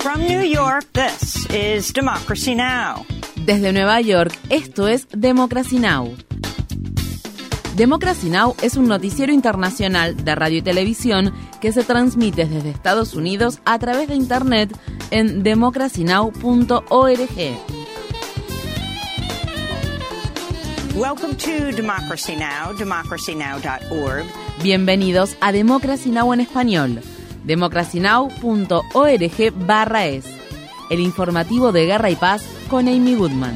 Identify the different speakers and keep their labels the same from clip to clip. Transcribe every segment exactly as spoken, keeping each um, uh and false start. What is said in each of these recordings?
Speaker 1: From New York, this is Democracy Now!
Speaker 2: Desde Nueva York, esto es Democracy Now! Democracy Now! Es un noticiero internacional de radio y televisión que se transmite desde Estados Unidos a través de Internet en democracy now punto org.
Speaker 1: Welcome to Democracy Now!, democracy now dot org.
Speaker 2: Bienvenidos a Democracy Now! En español. democracy now punto org barra es. El informativo de Guerra y Paz con Amy Goodman.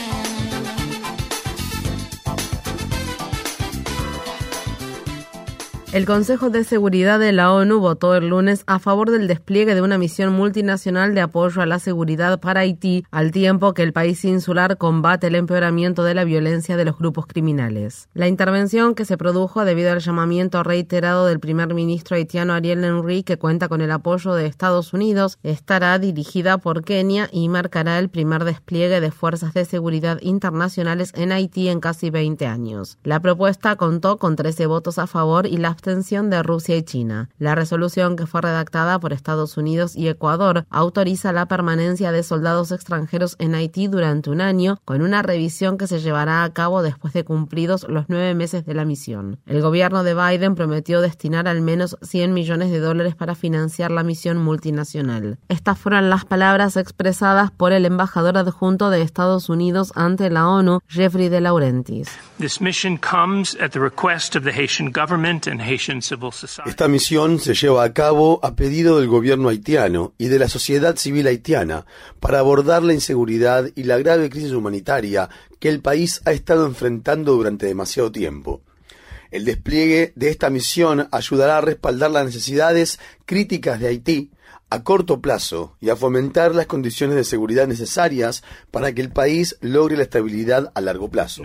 Speaker 2: El Consejo de Seguridad de la ONU votó el lunes a favor del despliegue de una misión multinacional de apoyo a la seguridad para Haití, al tiempo que el país insular combate el empeoramiento de la violencia de los grupos criminales. La intervención, que se produjo debido al llamamiento reiterado del primer ministro haitiano Ariel Henry, que cuenta con el apoyo de Estados Unidos, estará dirigida por Kenia y marcará el primer despliegue de fuerzas de seguridad internacionales en Haití en casi veinte años. La propuesta contó con trece votos a favor y la abstención de Rusia y China. La resolución, que fue redactada por Estados Unidos y Ecuador, autoriza la permanencia de soldados extranjeros en Haití durante un año, con una revisión que se llevará a cabo después de cumplidos los nueve meses de la misión. El gobierno de Biden prometió destinar al menos cien millones de dólares para financiar la misión multinacional. Estas fueron las palabras expresadas por el embajador adjunto de Estados Unidos ante la ONU, Jeffrey de Laurentiis.
Speaker 3: This mission comes at the request of the Haitian government and
Speaker 4: Esta misión se lleva a cabo a pedido del gobierno haitiano y de la sociedad civil haitiana para abordar la inseguridad y la grave crisis humanitaria que el país ha estado enfrentando durante demasiado tiempo. El despliegue de esta misión ayudará a respaldar las necesidades críticas de Haití a corto plazo y a fomentar las condiciones de seguridad necesarias para que el país logre la estabilidad a largo plazo.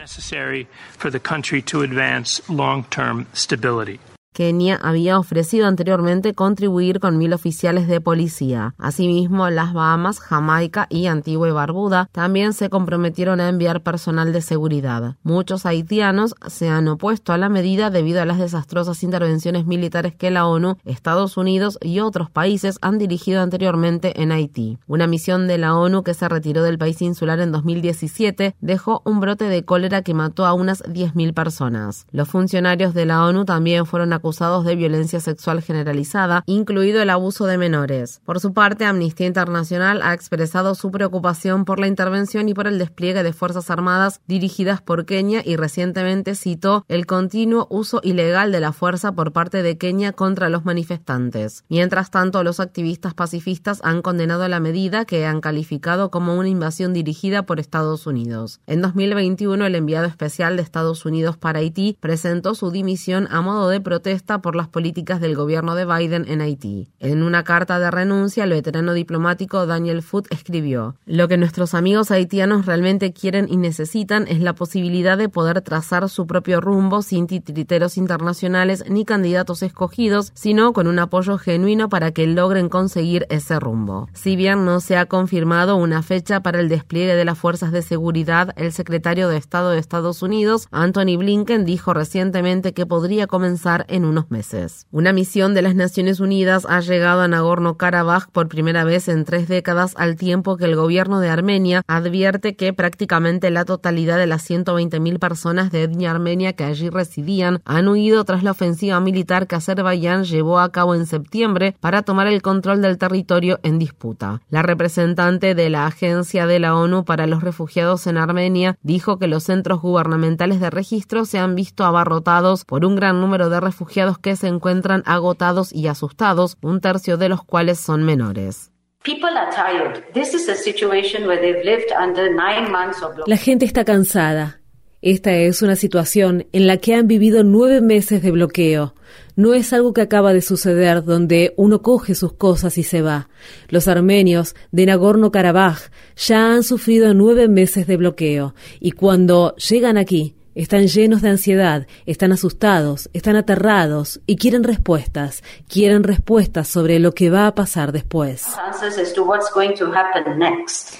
Speaker 2: Kenia había ofrecido anteriormente contribuir con mil oficiales de policía. Asimismo, las Bahamas, Jamaica y Antigua y Barbuda también se comprometieron a enviar personal de seguridad. Muchos haitianos se han opuesto a la medida debido a las desastrosas intervenciones militares que la ONU, Estados Unidos y otros países han dirigido anteriormente en Haití. Una misión de la ONU que se retiró del país insular en dos mil diecisiete dejó un brote de cólera que mató a unas diez mil personas. Los funcionarios de la ONU también fueron acusados de violencia sexual generalizada, incluido el abuso de menores. Por su parte, Amnistía Internacional ha expresado su preocupación por la intervención y por el despliegue de fuerzas armadas dirigidas por Kenia y recientemente citó el continuo uso ilegal de la fuerza por parte de Kenia contra los manifestantes. Mientras tanto, los activistas pacifistas han condenado la medida, que han calificado como una invasión dirigida por Estados Unidos. En dos mil veintiuno, el enviado especial de Estados Unidos para Haití presentó su dimisión a modo de protesta por las políticas del gobierno de Biden en Haití. En una carta de renuncia, el veterano diplomático Daniel Foote escribió: "Lo que nuestros amigos haitianos realmente quieren y necesitan es la posibilidad de poder trazar su propio rumbo sin titiriteros internacionales ni candidatos escogidos, sino con un apoyo genuino para que logren conseguir ese rumbo". Si bien no se ha confirmado una fecha para el despliegue de las fuerzas de seguridad, el secretario de Estado de Estados Unidos, Antony Blinken, dijo recientemente que podría comenzar en unos meses. Una misión de las Naciones Unidas ha llegado a Nagorno-Karabaj por primera vez en tres décadas, al tiempo que el gobierno de Armenia advierte que prácticamente la totalidad de las ciento veinte mil personas de etnia armenia que allí residían han huido tras la ofensiva militar que Azerbaiyán llevó a cabo en septiembre para tomar el control del territorio en disputa. La representante de la Agencia de la ONU para los Refugiados en Armenia dijo que los centros gubernamentales de registro se han visto abarrotados por un gran número de refugiados que se encuentran agotados y asustados, un tercio de los cuales son menores.
Speaker 5: La gente está cansada. Esta es una situación en la que han vivido nueve meses de bloqueo. No es algo que acaba de suceder donde uno coge sus cosas y se va. Los armenios de Nagorno-Karabaj ya han sufrido nueve meses de bloqueo y cuando llegan aquí, están llenos de ansiedad, están asustados, están aterrados y quieren respuestas, quieren respuestas sobre lo que va a pasar después.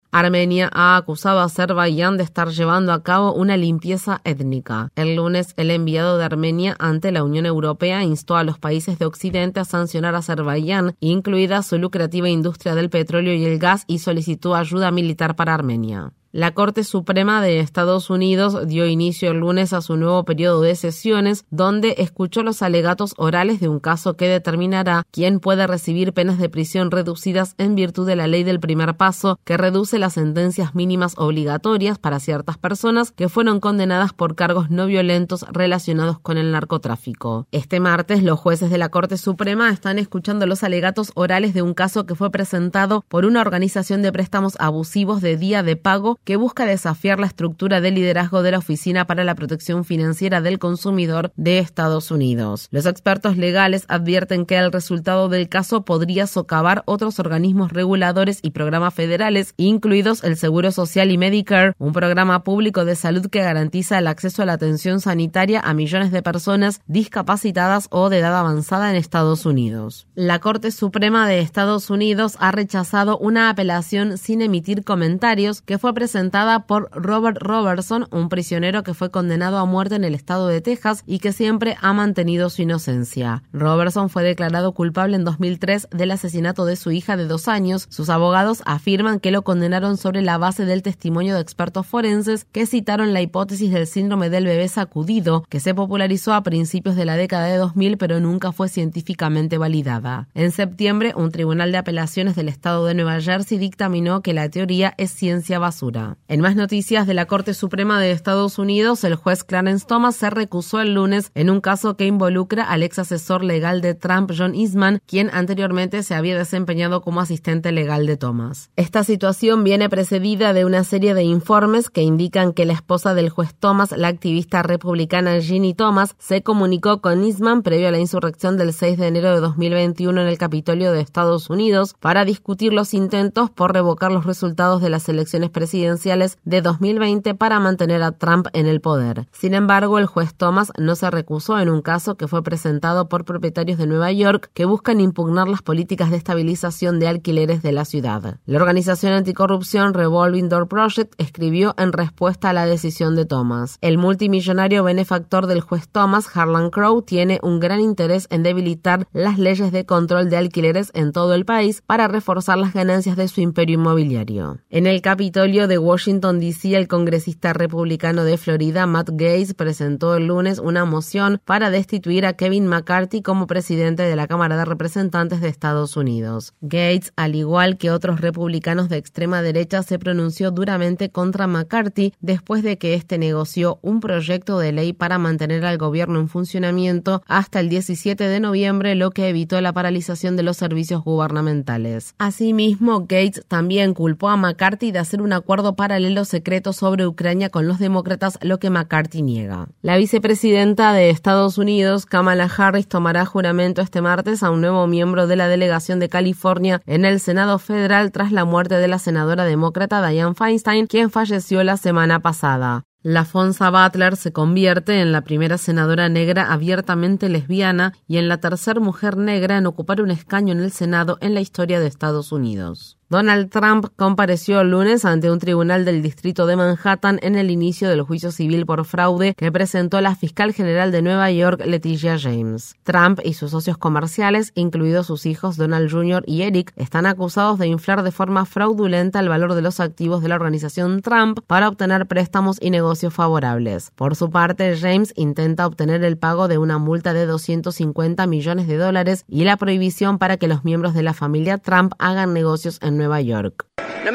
Speaker 2: Armenia ha acusado a Azerbaiyán de estar llevando a cabo una limpieza étnica. El lunes, el enviado de Armenia ante la Unión Europea instó a los países de Occidente a sancionar a Azerbaiyán, incluida su lucrativa industria del petróleo y el gas, y solicitó ayuda militar para Armenia. La Corte Suprema de Estados Unidos dio inicio el lunes a su nuevo periodo de sesiones, donde escuchó los alegatos orales de un caso que determinará quién puede recibir penas de prisión reducidas en virtud de la ley del primer paso, que reduce las sentencias mínimas obligatorias para ciertas personas que fueron condenadas por cargos no violentos relacionados con el narcotráfico. Este martes, los jueces de la Corte Suprema están escuchando los alegatos orales de un caso que fue presentado por una organización de préstamos abusivos de día de pago que busca desafiar la estructura de liderazgo de la Oficina para la Protección Financiera del Consumidor de Estados Unidos. Los expertos legales advierten que el resultado del caso podría socavar otros organismos reguladores y programas federales, incluidos el Seguro Social y Medicare, un programa público de salud que garantiza el acceso a la atención sanitaria a millones de personas discapacitadas o de edad avanzada en Estados Unidos. La Corte Suprema de Estados Unidos ha rechazado una apelación sin emitir comentarios que fue presentada presentada por Robert Robertson, un prisionero que fue condenado a muerte en el estado de Texas y que siempre ha mantenido su inocencia. Robertson fue declarado culpable en dos mil tres del asesinato de su hija de dos años. Sus abogados afirman que lo condenaron sobre la base del testimonio de expertos forenses que citaron la hipótesis del síndrome del bebé sacudido, que se popularizó a principios de la década de dos mil, pero nunca fue científicamente validada. En septiembre, un tribunal de apelaciones del estado de Nueva Jersey dictaminó que la teoría es ciencia basura. En más noticias de la Corte Suprema de Estados Unidos, el juez Clarence Thomas se recusó el lunes en un caso que involucra al ex asesor legal de Trump, John Eastman, quien anteriormente se había desempeñado como asistente legal de Thomas. Esta situación viene precedida de una serie de informes que indican que la esposa del juez Thomas, la activista republicana Ginny Thomas, se comunicó con Eastman previo a la insurrección del seis de enero de dos mil veintiuno en el Capitolio de Estados Unidos para discutir los intentos por revocar los resultados de las elecciones presidenciales de dos mil veinte para mantener a Trump en el poder. Sin embargo, el juez Thomas no se recusó en un caso que fue presentado por propietarios de Nueva York que buscan impugnar las políticas de estabilización de alquileres de la ciudad. La organización anticorrupción Revolving Door Project escribió en respuesta a la decisión de Thomas: el multimillonario benefactor del juez Thomas, Harlan Crow, tiene un gran interés en debilitar las leyes de control de alquileres en todo el país para reforzar las ganancias de su imperio inmobiliario. En el Capitolio de Washington, D C, el congresista republicano de Florida, Matt Gaetz, presentó el lunes una moción para destituir a Kevin McCarthy como presidente de la Cámara de Representantes de Estados Unidos. Gaetz, al igual que otros republicanos de extrema derecha, se pronunció duramente contra McCarthy después de que este negoció un proyecto de ley para mantener al gobierno en funcionamiento hasta el diecisiete de noviembre, lo que evitó la paralización de los servicios gubernamentales. Asimismo, Gaetz también culpó a McCarthy de hacer un acuerdo paralelo secreto sobre Ucrania con los demócratas, lo que McCarthy niega. La vicepresidenta de Estados Unidos, Kamala Harris, tomará juramento este martes a un nuevo miembro de la delegación de California en el Senado Federal tras la muerte de la senadora demócrata Dianne Feinstein, quien falleció la semana pasada. LaFonza Butler se convierte en la primera senadora negra abiertamente lesbiana y en la tercera mujer negra en ocupar un escaño en el Senado en la historia de Estados Unidos. Donald Trump compareció el lunes ante un tribunal del distrito de Manhattan en el inicio del juicio civil por fraude que presentó la fiscal general de Nueva York, Letitia James. Trump y sus socios comerciales, incluidos sus hijos Donald junior y Eric, están acusados de inflar de forma fraudulenta el valor de los activos de la organización Trump para obtener préstamos y negocios favorables. Por su parte, James intenta obtener el pago de una multa de doscientos cincuenta millones de dólares y la prohibición para que los miembros de la familia Trump hagan negocios en Nueva York.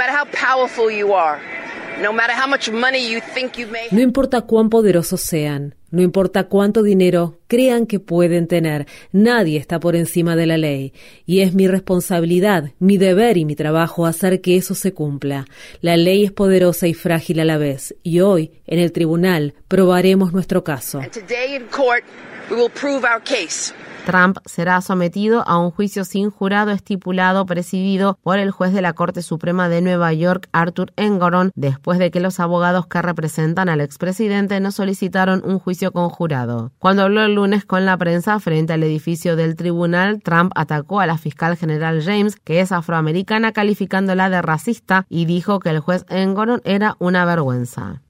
Speaker 5: No importa cuán poderosos sean, no importa cuánto dinero crean que pueden tener, nadie está por encima de la ley. Y es mi responsabilidad, mi deber y mi trabajo hacer que eso se cumpla. La ley es poderosa y frágil a la vez, y hoy, en el tribunal, probaremos nuestro caso.
Speaker 6: And today in court, we will prove our case.
Speaker 2: Trump será sometido a un juicio sin jurado estipulado presidido por el juez de la Corte Suprema de Nueva York, Arthur Engoron, después de que los abogados que representan al expresidente no solicitaron un juicio con jurado. Cuando habló el lunes con la prensa frente al edificio del tribunal, Trump atacó a la fiscal general James, que es afroamericana, calificándola de racista, y dijo que el juez Engoron era una vergüenza.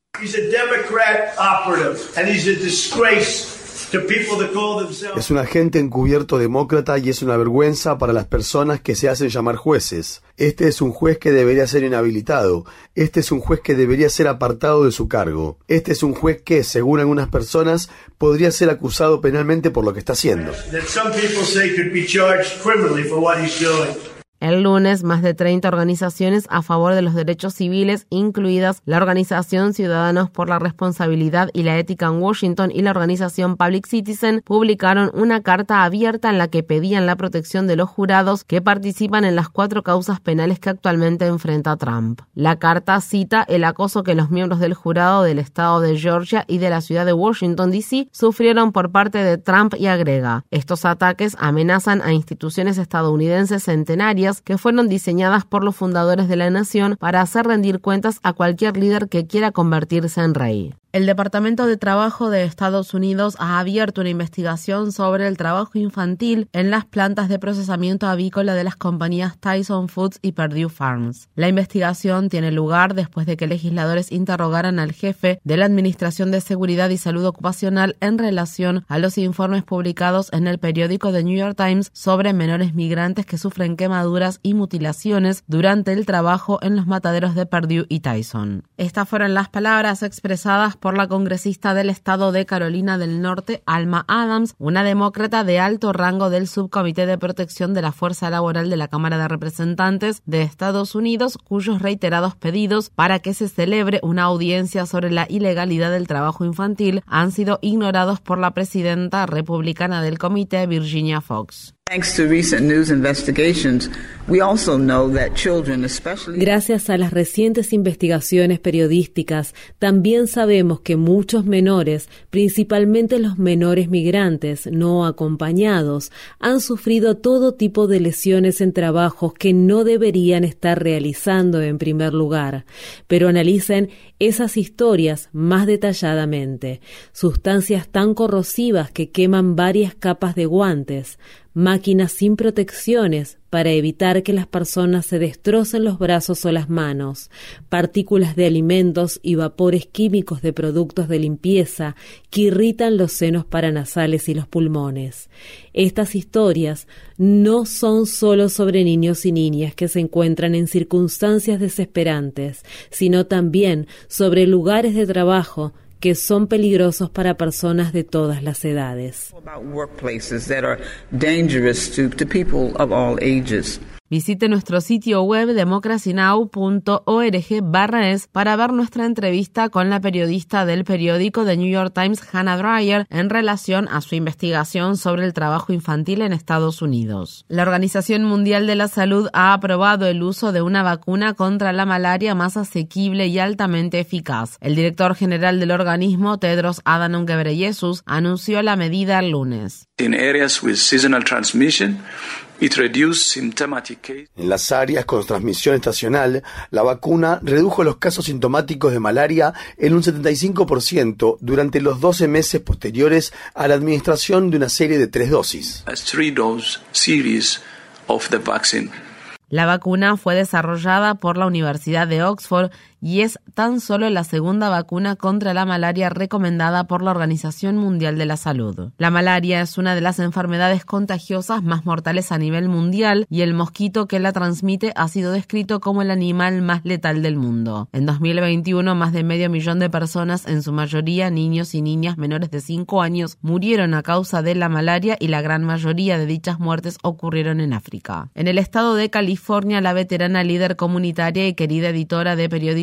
Speaker 4: Es un agente encubierto demócrata y es una vergüenza para las personas que se hacen llamar jueces. Este es un juez que debería ser inhabilitado. Este es un juez que debería ser apartado de su cargo. Este es un juez que, según algunas personas, podría ser acusado penalmente por lo que está haciendo.
Speaker 2: El lunes, más de treinta organizaciones a favor de los derechos civiles, incluidas la Organización Ciudadanos por la Responsabilidad y la Ética en Washington y la organización Public Citizen, publicaron una carta abierta en la que pedían la protección de los jurados que participan en las cuatro causas penales que actualmente enfrenta Trump. La carta cita el acoso que los miembros del jurado del estado de Georgia y de la ciudad de Washington, D C sufrieron por parte de Trump y agrega: estos ataques amenazan a instituciones estadounidenses centenarias que fueron diseñadas por los fundadores de la nación para hacer rendir cuentas a cualquier líder que quiera convertirse en rey. El Departamento de Trabajo de Estados Unidos ha abierto una investigación sobre el trabajo infantil en las plantas de procesamiento avícola de las compañías Tyson Foods y Perdue Farms. La investigación tiene lugar después de que legisladores interrogaran al jefe de la Administración de Seguridad y Salud Ocupacional en relación a los informes publicados en el periódico The New York Times sobre menores migrantes que sufren quemaduras y mutilaciones durante el trabajo en los mataderos de Perdue y Tyson. Estas fueron las palabras expresadas por la congresista del estado de Carolina del Norte, Alma Adams, una demócrata de alto rango del Subcomité de Protección de la Fuerza Laboral de la Cámara de Representantes de Estados Unidos, cuyos reiterados pedidos para que se celebre una audiencia sobre la ilegalidad del trabajo infantil han sido ignorados por la presidenta republicana del comité, Virginia Foxx.
Speaker 5: Gracias a las recientes investigaciones periodísticas, también sabemos que muchos menores, principalmente los menores migrantes no acompañados, han sufrido todo tipo de lesiones en trabajos que no deberían estar realizando en primer lugar. Pero analicen esas historias más detalladamente. Sustancias tan corrosivas que queman varias capas de guantes, máquinas sin protecciones para evitar que las personas se destrocen los brazos o las manos, partículas de alimentos y vapores químicos de productos de limpieza que irritan los senos paranasales y los pulmones. Estas historias no son solo sobre niños y niñas que se encuentran en circunstancias desesperantes, sino también sobre lugares de trabajo que son peligrosos para personas de todas las edades.
Speaker 2: Visite nuestro sitio web democracy now punto org barra es para ver nuestra entrevista con la periodista del periódico The New York Times, Hannah Dreier, en relación a su investigación sobre el trabajo infantil en Estados Unidos. La Organización Mundial de la Salud ha aprobado el uso de una vacuna contra la malaria más asequible y altamente eficaz. El director general del organismo, Tedros Adhanom Ghebreyesus, anunció la medida el lunes.
Speaker 6: In areas with seasonal transmission, it reduced symptomatic cases.
Speaker 4: En las áreas con transmisión estacional, la vacuna redujo los casos sintomáticos de malaria en un setenta y cinco por ciento durante los doce meses posteriores a la administración de una serie de tres dosis.
Speaker 6: A three-dose series of the vaccine.
Speaker 2: La vacuna fue desarrollada por la Universidad de Oxford y es tan solo la segunda vacuna contra la malaria recomendada por la Organización Mundial de la Salud. La malaria es una de las enfermedades contagiosas más mortales a nivel mundial y el mosquito que la transmite ha sido descrito como el animal más letal del mundo. En dos mil veintiuno, más de medio millón de personas, en su mayoría niños y niñas menores de cinco años, murieron a causa de la malaria y la gran mayoría de dichas muertes ocurrieron en África. En el estado de California, la veterana líder comunitaria y querida editora de periódicos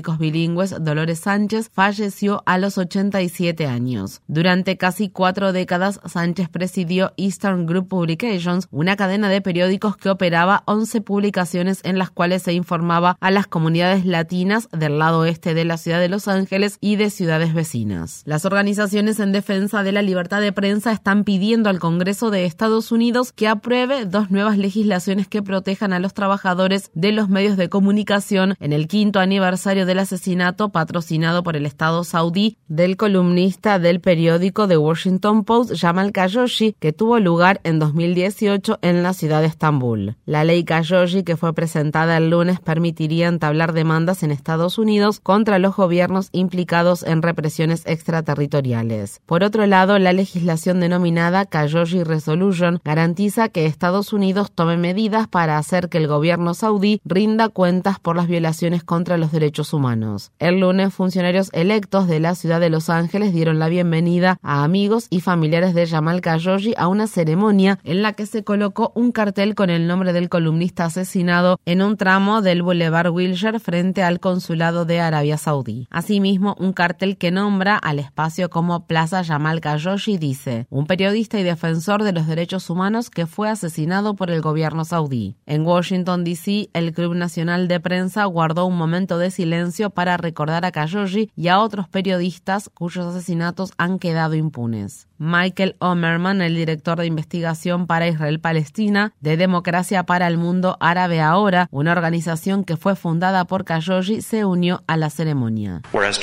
Speaker 2: periódicos bilingües Dolores Sánchez falleció a los ochenta y siete años. Durante casi cuatro décadas, Sánchez presidió Eastern Group Publications, una cadena de periódicos que operaba once publicaciones en las cuales se informaba a las comunidades latinas del lado oeste de la ciudad de Los Ángeles y de ciudades vecinas. Las organizaciones en defensa de la libertad de prensa están pidiendo al Congreso de Estados Unidos que apruebe dos nuevas legislaciones que protejan a los trabajadores de los medios de comunicación en el quinto aniversario del asesinato patrocinado por el Estado saudí del columnista del periódico The Washington Post, Jamal Khashoggi, que tuvo lugar en dos mil dieciocho en la ciudad de Estambul. La ley Khashoggi, que fue presentada el lunes, permitiría entablar demandas en Estados Unidos contra los gobiernos implicados en represiones extraterritoriales. Por otro lado, la legislación denominada Khashoggi Resolution garantiza que Estados Unidos tome medidas para hacer que el gobierno saudí rinda cuentas por las violaciones contra los derechos humanos. El lunes, funcionarios electos de la ciudad de Los Ángeles dieron la bienvenida a amigos y familiares de Jamal Khashoggi a una ceremonia en la que se colocó un cartel con el nombre del columnista asesinado en un tramo del Boulevard Wilshire frente al consulado de Arabia Saudí. Asimismo, un cartel que nombra al espacio como Plaza Jamal Khashoggi dice: un periodista y defensor de los derechos humanos que fue asesinado por el gobierno saudí. En Washington, D C, el Club Nacional de Prensa guardó un momento de silencio para recordar a Khashoggi y a otros periodistas cuyos asesinatos han quedado impunes. Michael Omerman, el director de investigación para Israel-Palestina de Democracia para el Mundo Árabe Ahora, una organización que fue fundada por Khashoggi, se unió a la ceremonia.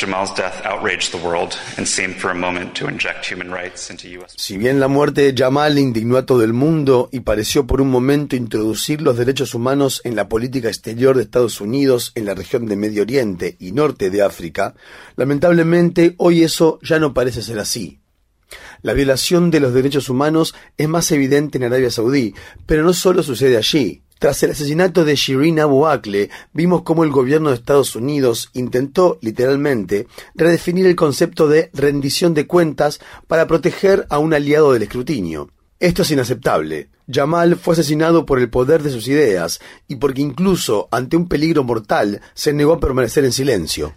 Speaker 4: Si bien la muerte de Jamal indignó a todo el mundo y pareció por un momento introducir los derechos humanos en la política exterior de Estados Unidos en la región de Medio Oriente y norte de África, lamentablemente hoy eso ya no parece ser así. La violación de los derechos humanos es más evidente en Arabia Saudí, pero no solo sucede allí. Tras el asesinato de Shireen Abu Akleh, vimos cómo el gobierno de Estados Unidos intentó, literalmente, redefinir el concepto de rendición de cuentas para proteger a un aliado del escrutinio. Esto es inaceptable. Jamal fue asesinado por el poder de sus ideas y porque incluso ante un peligro mortal se negó a permanecer en silencio.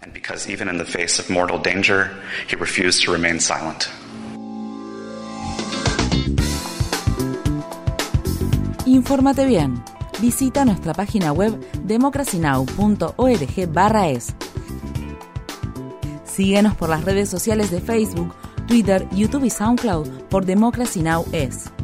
Speaker 7: Infórmate bien. Visita nuestra página web democracy now punto org barra es. Síguenos por las redes sociales de Facebook, Twitter, YouTube y SoundCloud por Democracy Now! Es.